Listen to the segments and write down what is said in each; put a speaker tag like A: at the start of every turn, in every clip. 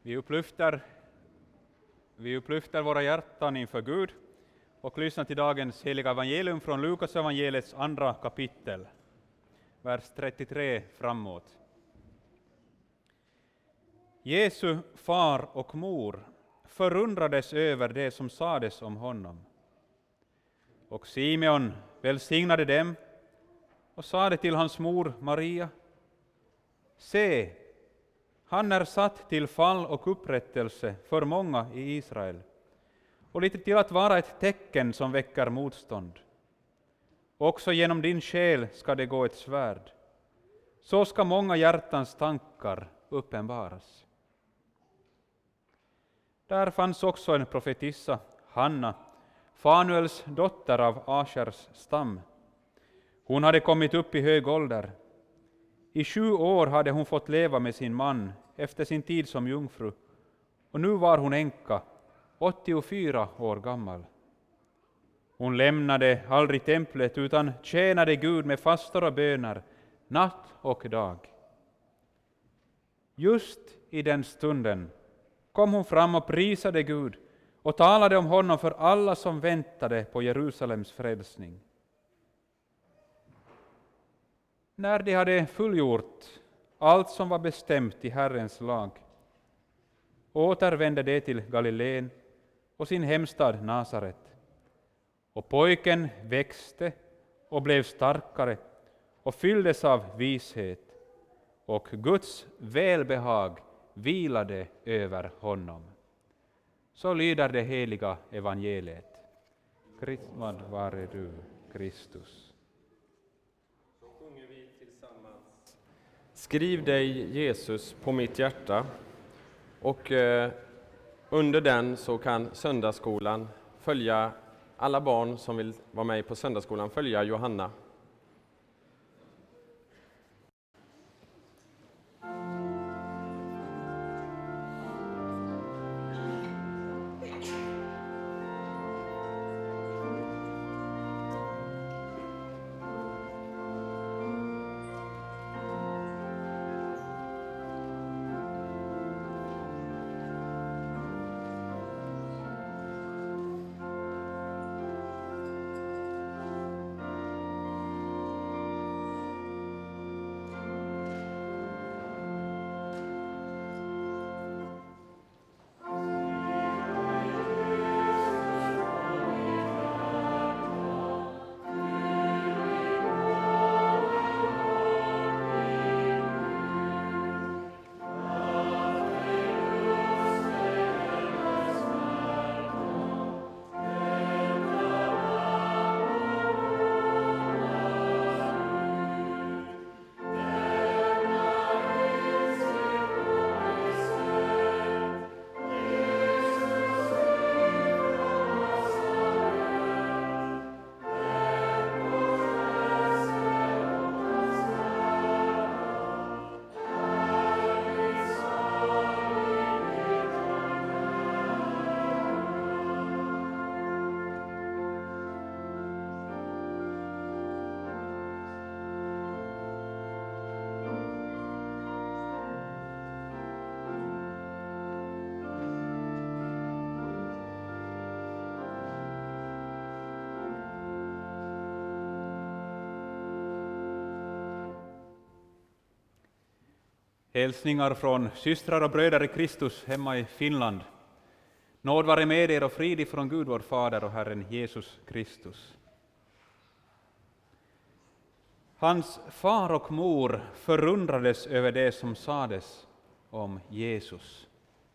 A: Vi upplyfter våra hjärtan inför Gud och lyssnar till dagens heliga evangelium från Lukas evangeliets andra kapitel, vers 33 framåt. Jesu far och mor förundrades över det som sades om honom. Och Simeon välsignade dem och sade till hans mor Maria: Se, han är satt till fall och upprättelse för många i Israel, och lite till att vara ett tecken som väcker motstånd. Också genom din själ ska det gå ett svärd. Så ska många hjärtans tankar uppenbaras. Där fanns också en profetissa, Hanna, Fanuels dotter av Ashers stam. Hon hade kommit upp i hög ålder. I 7 år hade hon fått leva med sin man efter sin tid som jungfru, och nu var hon änka, 84 år gammal. Hon lämnade aldrig templet utan tjänade Gud med fastor och böner, natt och dag. Just i den stunden kom hon fram och prisade Gud och talade om honom för alla som väntade på Jerusalems frälsning. När de hade fullgjort allt som var bestämt i Herrens lag, återvände de till Galileen och sin hemstad Nasaret. Och pojken växte och blev starkare och fylldes av vishet, och Guds välbehag vilade över honom. Så lyder det heliga evangeliet. Kristmad vare du, Kristus.
B: Så sjunger vi tillsammans. Skriv dig, Jesus, på mitt hjärta. Och under den så kan söndagsskolan följa, alla barn som vill vara med på söndagsskolan följa Johanna.
A: Hälsningar från systrar och bröder i Kristus hemma i Finland. Nåd vare med er och frid ifrån Gud vår Fader och Herren Jesus Kristus. Hans far och mor förundrades över det som sades om Jesus.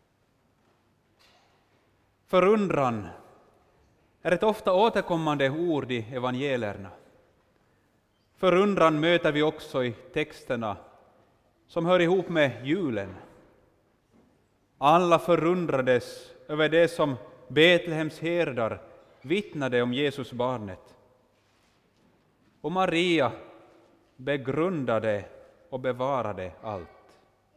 A: Förundran är ett ofta återkommande ord i evangelierna. Förundran möter vi också i texterna som hör ihop med julen. Alla förundrades över det som Betlehems herdar vittnade om Jesus barnet. Och Maria begrundade och bevarade allt.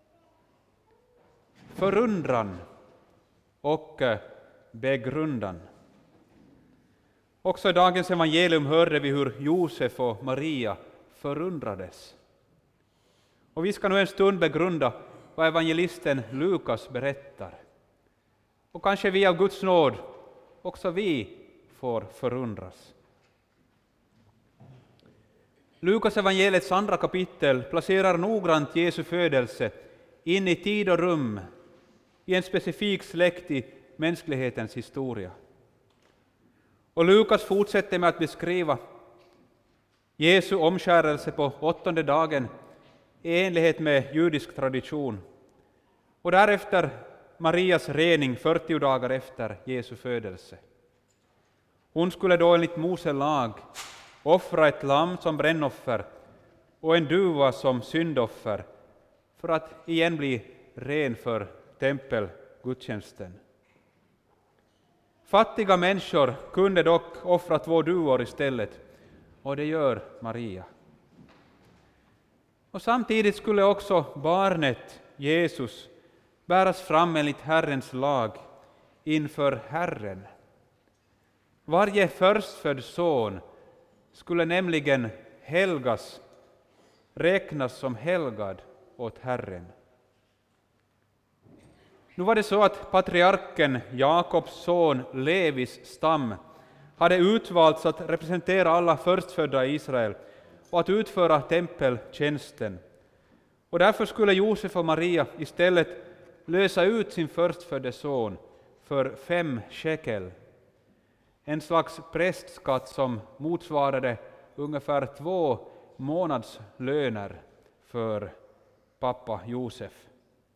A: Förundran och begrundan. Också i dagens evangelium hörde vi hur Josef och Maria förundrades. Och vi ska nu en stund begrunda vad evangelisten Lukas berättar. Och kanske vi av Guds nåd, också vi, får förundras. Lukas evangeliets andra kapitel placerar noggrant Jesu födelse in i tid och rum, i en specifik släkt i mänsklighetens historia. Och Lukas fortsätter med att beskriva Jesu omskärelse på 8:e dagen i enlighet med judisk tradition, och därefter Marias rening 40 dagar efter Jesu födelse. Hon skulle då enligt Mose lag offra ett lamm som brännoffer och en duva som syndoffer för att igen bli ren för tempelgudstjänsten. Fattiga människor kunde dock offra 2 duvor istället, och det gör Maria. Och samtidigt skulle också barnet Jesus bäras fram enligt Herrens lag inför Herren. Varje förstfödd son skulle nämligen räknas som helgad åt Herren. Nu var det så att patriarken Jakobs son Levis stam hade utvalts att representera alla förstfödda i Israel och att utföra tempeltjänsten. Och därför skulle Josef och Maria istället lösa ut sin förstfödde son för 5 shekel, en slags prästskatt som motsvarade ungefär 2 månadslöner för pappa Josef.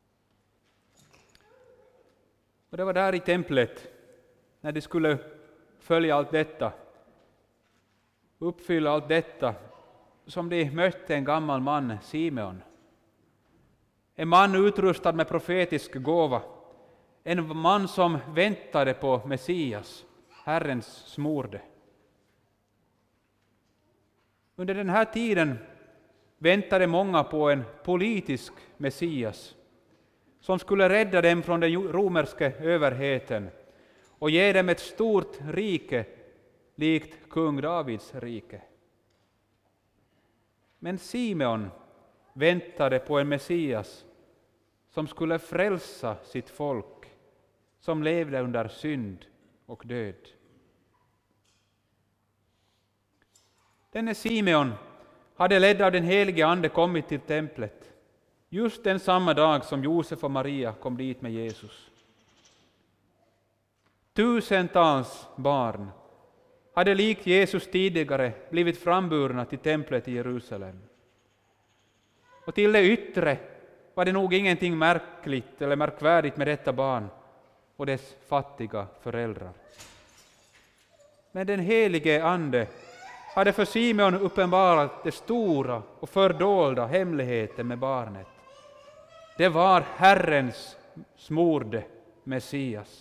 A: Och det var där i templet, när de skulle följa allt detta, uppfylla allt detta, som de mötte en gammal man, Simeon. En man utrustad med profetisk gåva, en man som väntade på Messias, Herrens smorde. Under den här tiden väntade många på en politisk Messias som skulle rädda dem från den romerska överheten och ge dem ett stort rike likt kung Davids rike. Men Simeon väntade på en Messias som skulle frälsa sitt folk som levde under synd och död. Denne Simeon hade ledd av den helige Ande kommit till templet just den samma dag som Josef och Maria kom dit med Jesus. Tusentals barn hade likt Jesus tidigare blivit framburna till templet i Jerusalem. Och till det yttre var det nog ingenting märkligt eller märkvärdigt med detta barn och dess fattiga föräldrar. Men den helige Ande hade för Simeon uppenbarat det stora och fördolda hemligheten med barnet. Det var Herrens smorde Messias.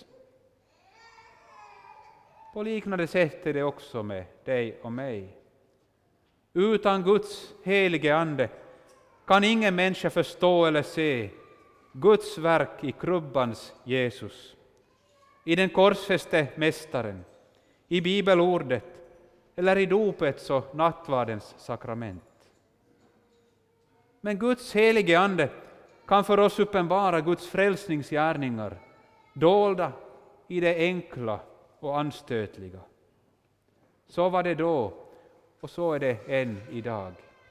A: På liknande sätt är det också med dig och mig. Utan Guds helige Ande kan ingen människa förstå eller se Guds verk i krubbans Jesus, i den korsfäste mästaren, i bibelordet eller i dopets och nattvardens sakrament. Men Guds helige Ande kan för oss uppenbara Guds frälsningsgärningar, dolda i det enkla och anstötliga. Så var det då, och så är det än idag.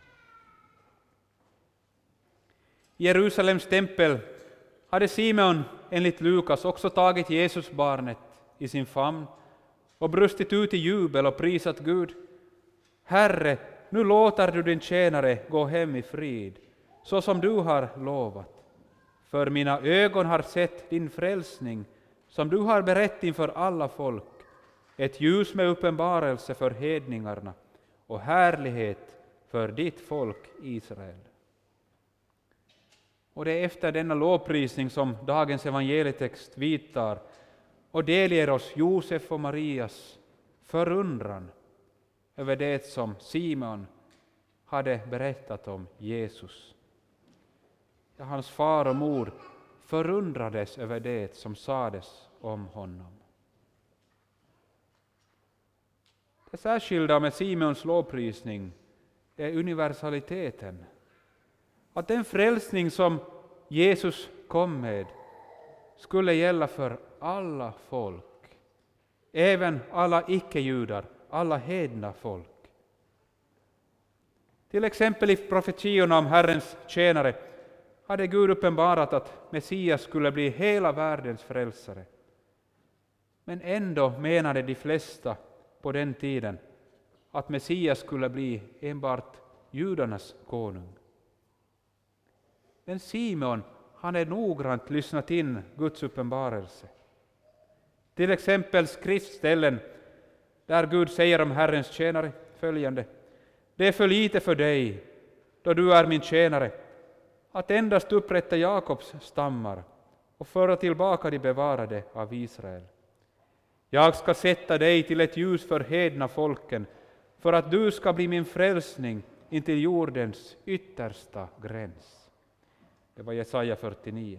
A: I Jerusalems tempel hade Simeon enligt Lukas också tagit Jesusbarnet i sin famn och brustit ut i jubel och prisat Gud. Herre, nu låter du din tjänare gå hem i frid, så som du har lovat. För mina ögon har sett din frälsning, som du har berett inför alla folk, ett ljus med uppenbarelse för hedningarna och härlighet för ditt folk Israel. Och det är efter denna lovprisning som dagens evangelietext vidtar och delger oss Josef och Marias förundran över det som Simon hade berättat om Jesus. Ja, hans far och mor förundrades över det som sades om honom. Det särskilda med Simons lovprisning är universaliteten. Att den frälsning som Jesus kom med skulle gälla för alla folk, även alla icke-judar, alla hedna folk. Till exempel i profetiorna om Herrens tjänare hade Gud uppenbarat att Messias skulle bli hela världens frälsare. Men ändå menade de flesta på den tiden att Messias skulle bli enbart judarnas konung. Men Simeon hade noggrant lyssnat in Guds uppenbarelse. Till exempel skriftställen där Gud säger om Herrens tjänare följande: det är för lite för dig, då du är min tjänare, att endast upprätta Jakobs stammar och föra tillbaka de bevarade av Israel. Jag ska sätta dig till ett ljus för hedna folken, för att du ska bli min frälsning intill jordens yttersta gräns. Det var Jesaja 49.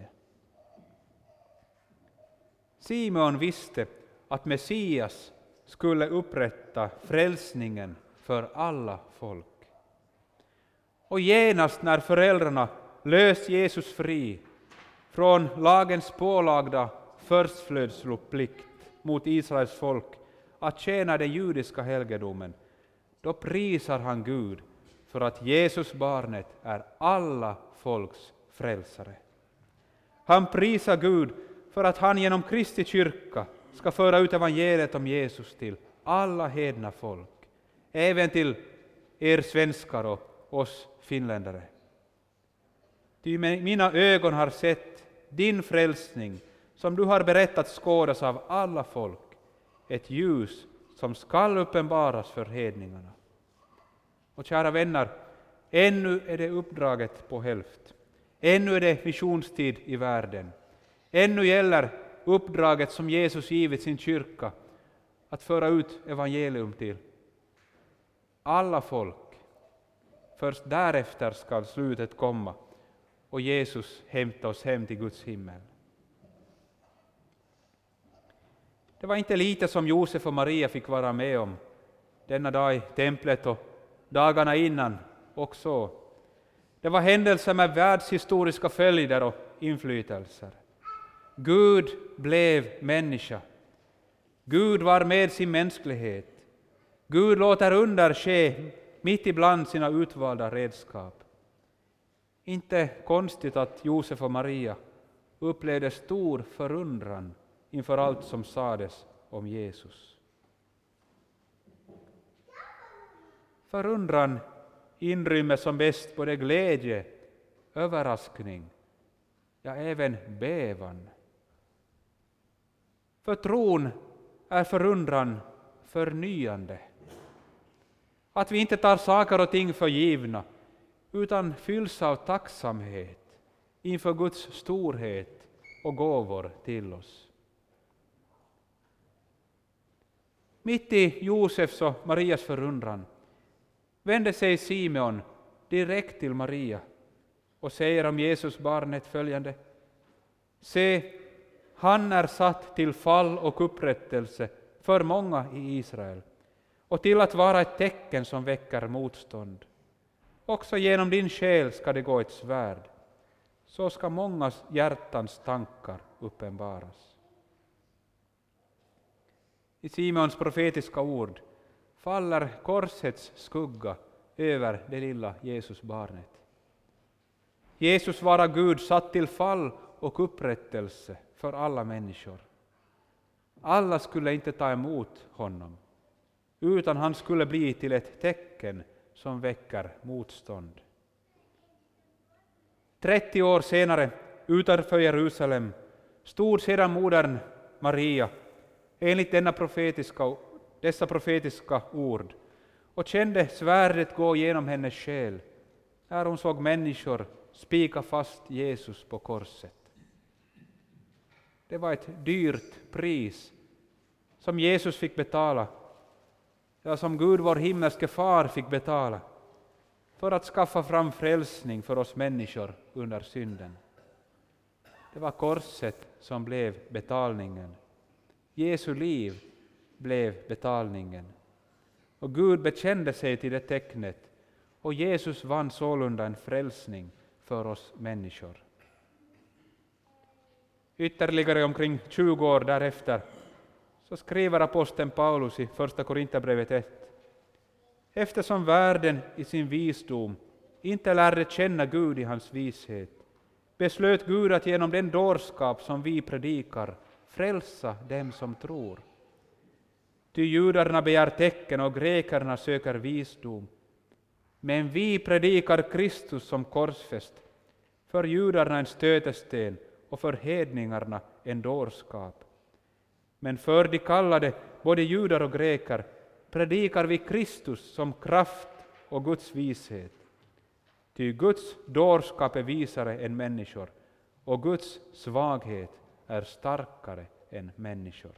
A: Simeon visste att Messias skulle upprätta frälsningen för alla folk. Och genast när föräldrarna löst Jesus fri från lagens pålagda förstfödsloplikt mot Israels folk att tjäna den judiska helgedomen, då prisar han Gud för att Jesus barnet är alla folks frälsare. Han prisar Gud för att han genom Kristi kyrka ska föra ut evangeliet om Jesus till alla hedna folk, även till er svenskar och oss finländare. Ty mina ögon har sett din frälsning, som du har berättat skådas av alla folk, ett ljus som skall uppenbaras för hedningarna. Och kära vänner, ännu är det uppdraget på hälft. Ännu är det missionstid i världen. Ännu gäller uppdraget som Jesus givit sin kyrka, att föra ut evangelium till alla folk. Först därefter ska slutet komma och Jesus hämta oss hem till Guds himmel. Det var inte lite som Josef och Maria fick vara med om denna dag i templet och dagarna innan också. Det var händelser med världshistoriska följder och inflytelser. Gud blev människa. Gud var med sin mänsklighet. Gud låter under ske mitt ibland sina utvalda redskap. Inte konstigt att Josef och Maria upplevde stor förundran inför allt som sades om Jesus. Förundran inrymmer som bäst både glädje, överraskning, ja även bävan. För tron är förundran förnyande. Att vi inte tar saker och ting för givna, utan fylls av tacksamhet inför Guds storhet och gåvor till oss. Mitt i Josefs och Marias förundran vände sig Simeon direkt till Maria och säger om Jesus barnet följande: se, han är satt till fall och upprättelse för många i Israel och till att vara ett tecken som väcker motstånd. Också genom din själ ska det gå ett svärd, så ska mångas hjärtans tankar uppenbaras. I Simeons profetiska ord faller korsets skugga över det lilla Jesusbarnet. Jesus var av Gud satt till fall och upprättelse för alla människor. Alla skulle inte ta emot honom, utan han skulle bli till ett tecken som väcker motstånd. 30 år senare, utanför Jerusalem, stod sedan modern Maria enligt dessa profetiska ord och kände svärdet gå genom hennes själ när hon såg människor spika fast Jesus på korset. Det var ett dyrt pris som Jesus fick betala, ja, som Gud vår himmelske far fick betala för att skaffa fram frälsning för oss människor under synden. Det var korset som blev betalningen. Jesu liv blev betalningen. Och Gud bekände sig till det tecknet, och Jesus vann sålunda en frälsning för oss människor. Ytterligare omkring 20 år därefter så skriver aposteln Paulus i första Korinthierbrevet 1. Eftersom världen i sin visdom inte lärde känna Gud i hans vishet, beslöt Gud att genom den dårskap som vi predikar frälsa dem som tror. Ty judarna begär tecken och grekerna söker visdom. Men vi predikar Kristus som korsfäst, för judarna en stötesten och för hedningarna en dårskap. Men för de kallade, både judar och greker, predikar vi Kristus som kraft och Guds vishet. Ty Guds dårskap är visare än människor, och Guds svaghet är starkare än människor.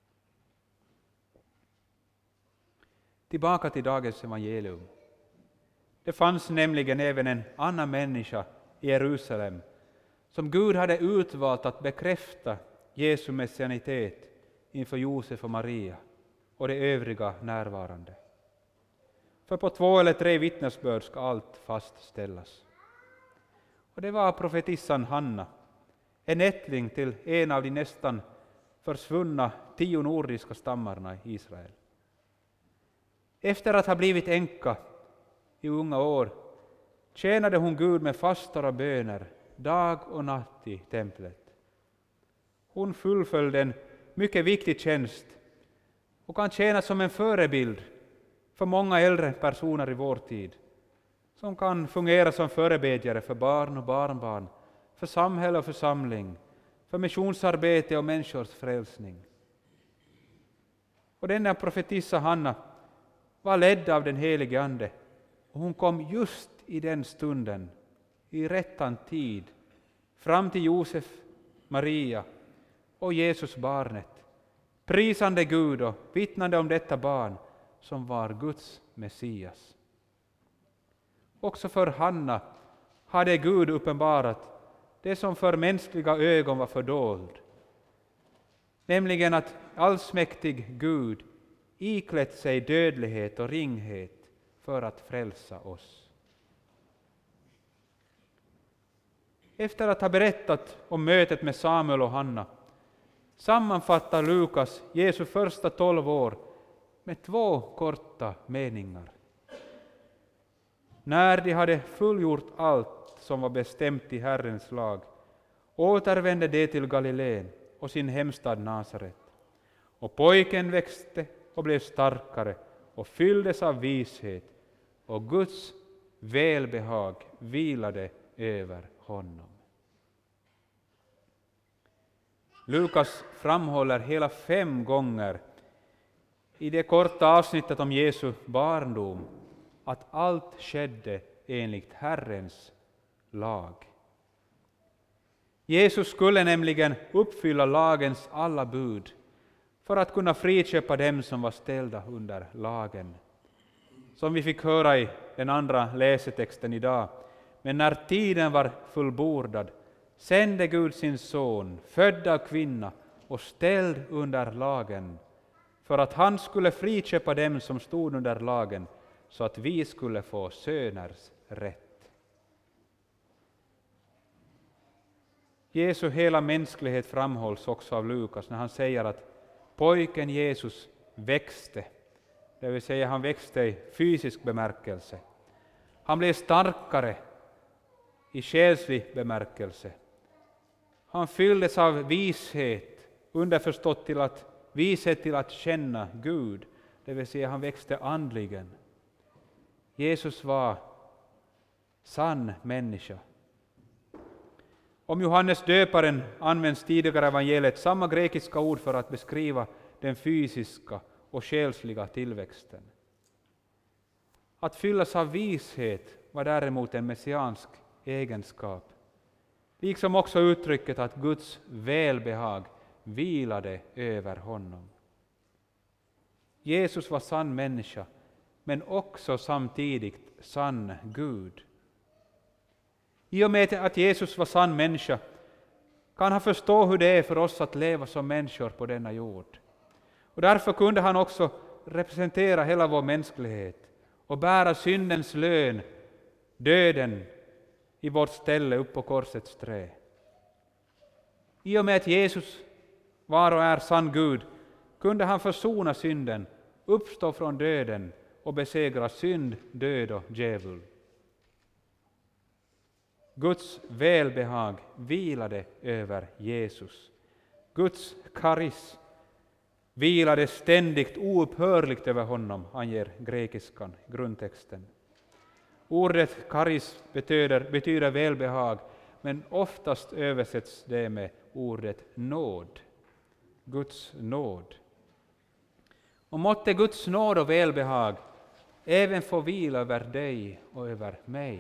A: Tillbaka till dagens evangelium. Det fanns nämligen även en annan människa i Jerusalem som Gud hade utvalt att bekräfta Jesu messianitet inför Josef och Maria och de övriga närvarande. För på 2 eller 3 vittnesbörd ska allt fastställas. Och det var profetissan Hanna, en ättling till en av de nästan försvunna 10 nordiska stammarna i Israel. Efter att ha blivit änka i unga år tjänade hon Gud med fastor och böner dag och natt i templet. Hon fullföljde en mycket viktig tjänst och kan tjäna som en förebild för många äldre personer i vår tid, som kan fungera som förebedjare för barn och barnbarn, för samhälle och församling, för missionsarbete och människors frälsning. Och denna profetissa Hanna var ledd av den helige Ande, och hon kom just i den stunden, i rättan tid, fram till Josef, Maria och Jesus barnet, prisande Gud och vittnande om detta barn som var Guds Messias. Också för Hanna hade Gud uppenbarat det som för mänskliga ögon var fördold, nämligen att allsmäktig Gud iklätt sig dödlighet och ringhet för att frälsa oss. Efter att ha berättat om mötet med Samuel och Hanna sammanfattar Lukas Jesu första 12 år med 2 korta meningar. När de hade fullgjort allt som var bestämt i Herrens lag återvände de till Galileen och sin hemstad Nasaret. Och pojken växte och blev starkare och fylldes av vishet, och Guds välbehag vilade över honom. Lukas framhåller hela 5 gånger i det korta avsnittet om Jesu barndom att allt skedde enligt Herrens lag. Jesus skulle nämligen uppfylla lagens alla bud för att kunna friköpa dem som var ställda under lagen. Som vi fick höra i den andra läsetexten idag. Men när tiden var fullbordad sände Gud sin son, född av kvinna och ställd under lagen, för att han skulle friköpa dem som stod under lagen, så att vi skulle få söners rätt. Jesu hela mänsklighet framhålls också av Lukas när han säger att pojken Jesus växte, det vill säga han växte i fysisk bemärkelse. Han blev starkare i själslig bemärkelse. Han fylldes av vishet, underförstått till att vishet till att känna Gud, det vill säga han växte andligen. Jesus var sann människa. Om Johannes döparen används tidigare evangeliet samma grekiska ord för att beskriva den fysiska och själsliga tillväxten. Att fyllas av vishet var däremot en messiansk egenskap, liksom också uttrycket att Guds välbehag vilade över honom. Jesus var sann människa, men också samtidigt sann Gud. I och med att Jesus var sann människa kan han förstå hur det är för oss att leva som människor på denna jord. Och därför kunde han också representera hela vår mänsklighet och bära syndens lön, döden, i vårt ställe upp på korsets trä. I och med att Jesus var och är sann Gud kunde han försona synden, uppstå från döden och besegra synd, död och djävul. Guds välbehag vilade över Jesus. Guds karis vilade ständigt oupphörligt över honom, anger grekiskan, grundtexten. Ordet karis betyder välbehag, men oftast översätts det med ordet nåd. Guds nåd. Och måtte Guds nåd och välbehag även få vila över dig och över mig.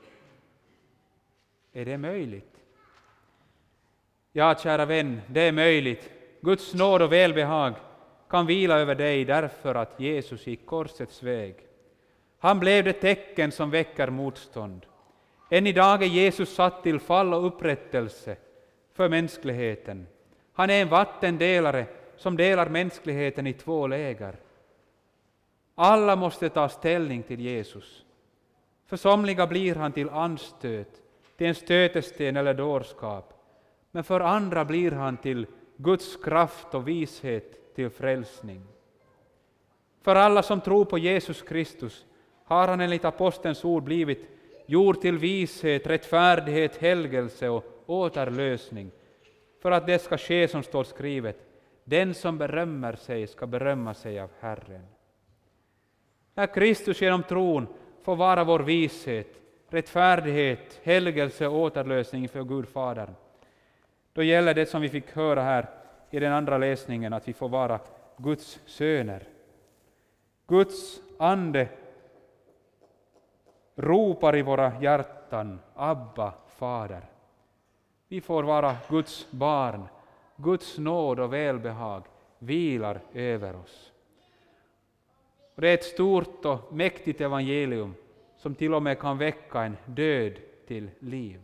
A: Är det möjligt? Ja, kära vän, det är möjligt. Guds nåd och välbehag kan vila över dig därför att Jesus gick korsets väg. Han blev det tecken som väcker motstånd. Än idag är Jesus satt till fall och upprättelse för mänskligheten. Han är en vattendelare som delar mänskligheten i två läger. Alla måste ta ställning till Jesus. För somliga blir han till anstöt, till en stötesten eller dårskap. Men för andra blir han till Guds kraft och vishet till frälsning. För alla som tror på Jesus Kristus har han enligt apostelns ord blivit gjord till vishet, rättfärdighet, helgelse och återlösning. För att det ska ske som står skrivet: den som berömmer sig ska berömma sig av Herren. När Kristus genom tron får vara vår vishet, rättfärdighet, helgelse och återlösning för Gud Fadern, då gäller det som vi fick höra här i den andra läsningen, att vi får vara Guds söner. Guds ande ropar i våra hjärtan: Abba, Fader. Vi får vara Guds barn. Guds nåd och välbehag vilar över oss. Och det är ett stort och mäktigt evangelium som till och med kan väcka en död till liv.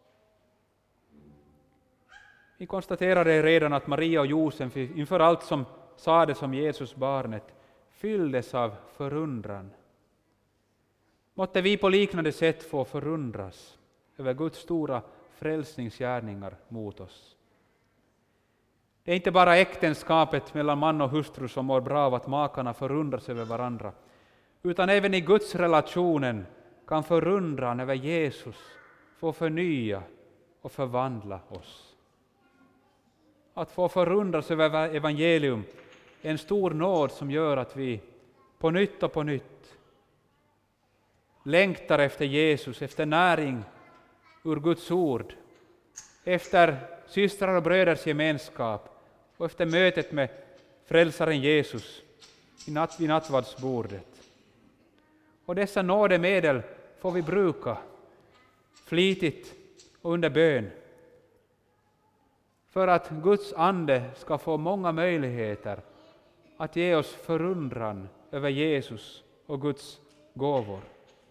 A: Vi konstaterade redan att Maria och Josef inför allt som sades om Jesus barnet fylldes av förundran. Måtte vi på liknande sätt få förundras över Guds stora frälsningsgärningar mot oss. Det är inte bara äktenskapet mellan man och hustru som mår bra av att makarna förundras över varandra, utan även i Guds relationen kan förundran över Jesus få förnya och förvandla oss. Att få förundras över evangelium är en stor nåd som gör att vi på nytt och på nytt längtar efter Jesus, efter näring ur Guds ord, efter systrar och bröders gemenskap och efter mötet med frälsaren Jesus vid nattvardsbordet. Och dessa nådemedel får vi bruka flitigt och under bön, för att Guds ande ska få många möjligheter att ge oss förundran över Jesus och Guds gåvor.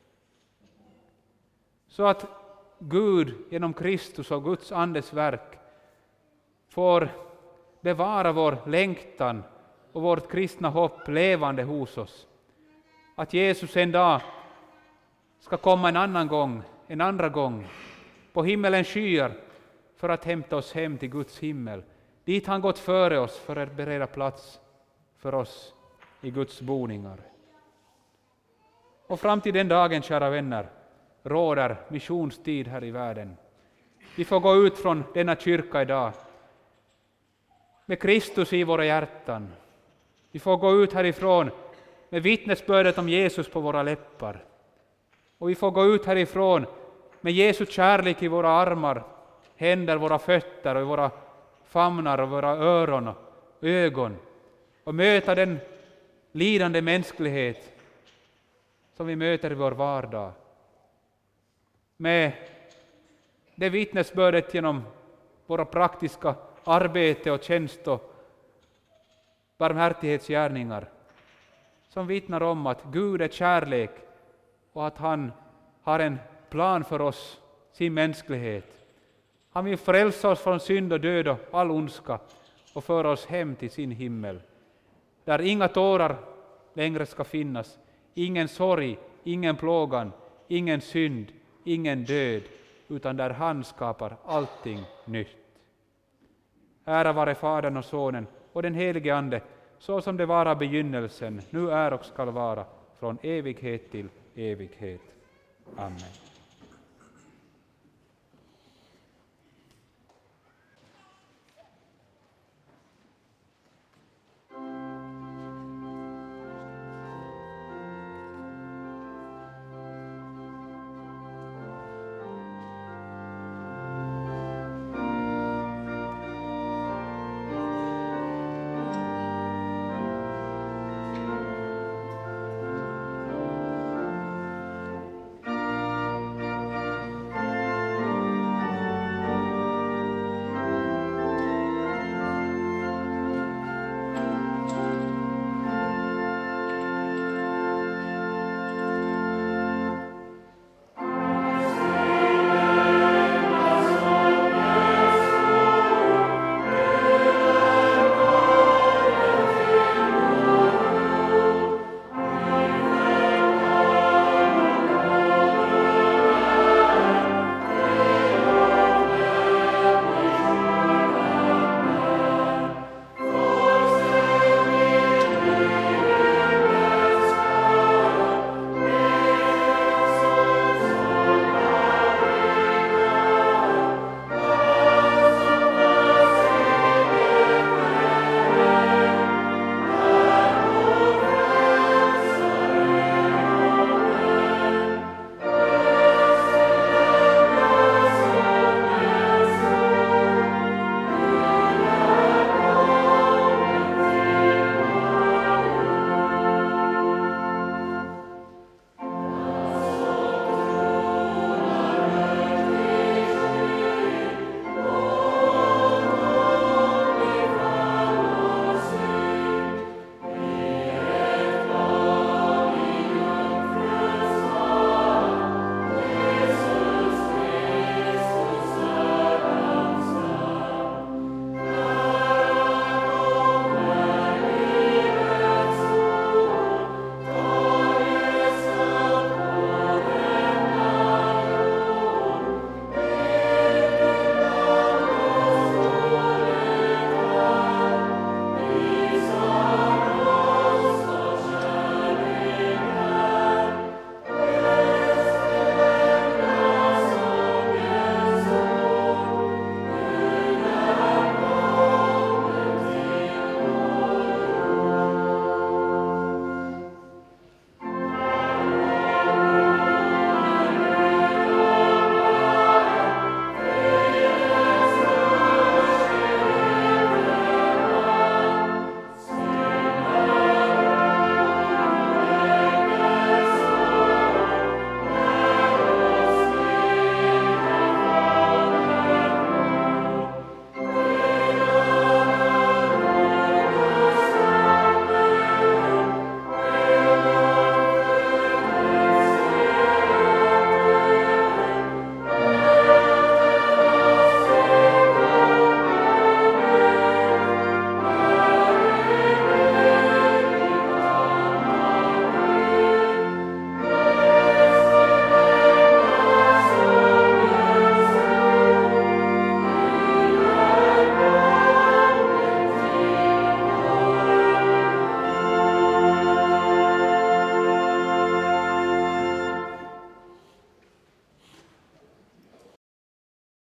A: Så att Gud genom Kristus och Guds andes verk får bevara vår längtan och vårt kristna hopp levande hos oss. Att Jesus en dag ska komma en andra gång på himmelens skyar för att hämta oss hem till Guds himmel. Dit han gått före oss för att bereda plats för oss i Guds boningar. Och fram till den dagen, kära vänner, råder missionstid här i världen. Vi får gå ut från denna kyrka idag med Kristus i våra hjärtan. Vi får gå ut härifrån med vittnesbördet om Jesus på våra läppar. Och vi får gå ut härifrån med Jesu kärlek i våra armar, händer, våra fötter och våra famnar och våra öron och ögon, och möta den lidande mänsklighet som vi möter i vår vardag. Med det vittnesbördet genom våra praktiska arbete och tjänst och barmhärtighetsgärningar som vittnar om att Gud är kärlek och att han har en plan för oss, sin mänsklighet. Han vill frälsa oss från synd och död och all ondska och föra oss hem till sin himmel, där inga tårar längre ska finnas, ingen sorg, ingen plågan, ingen synd, ingen död, utan där han skapar allting nytt. Ära vare Fadern och Sonen och den helige Ande, så som det var av begynnelsen, nu är och skall vara, från evighet till evighet. Amen.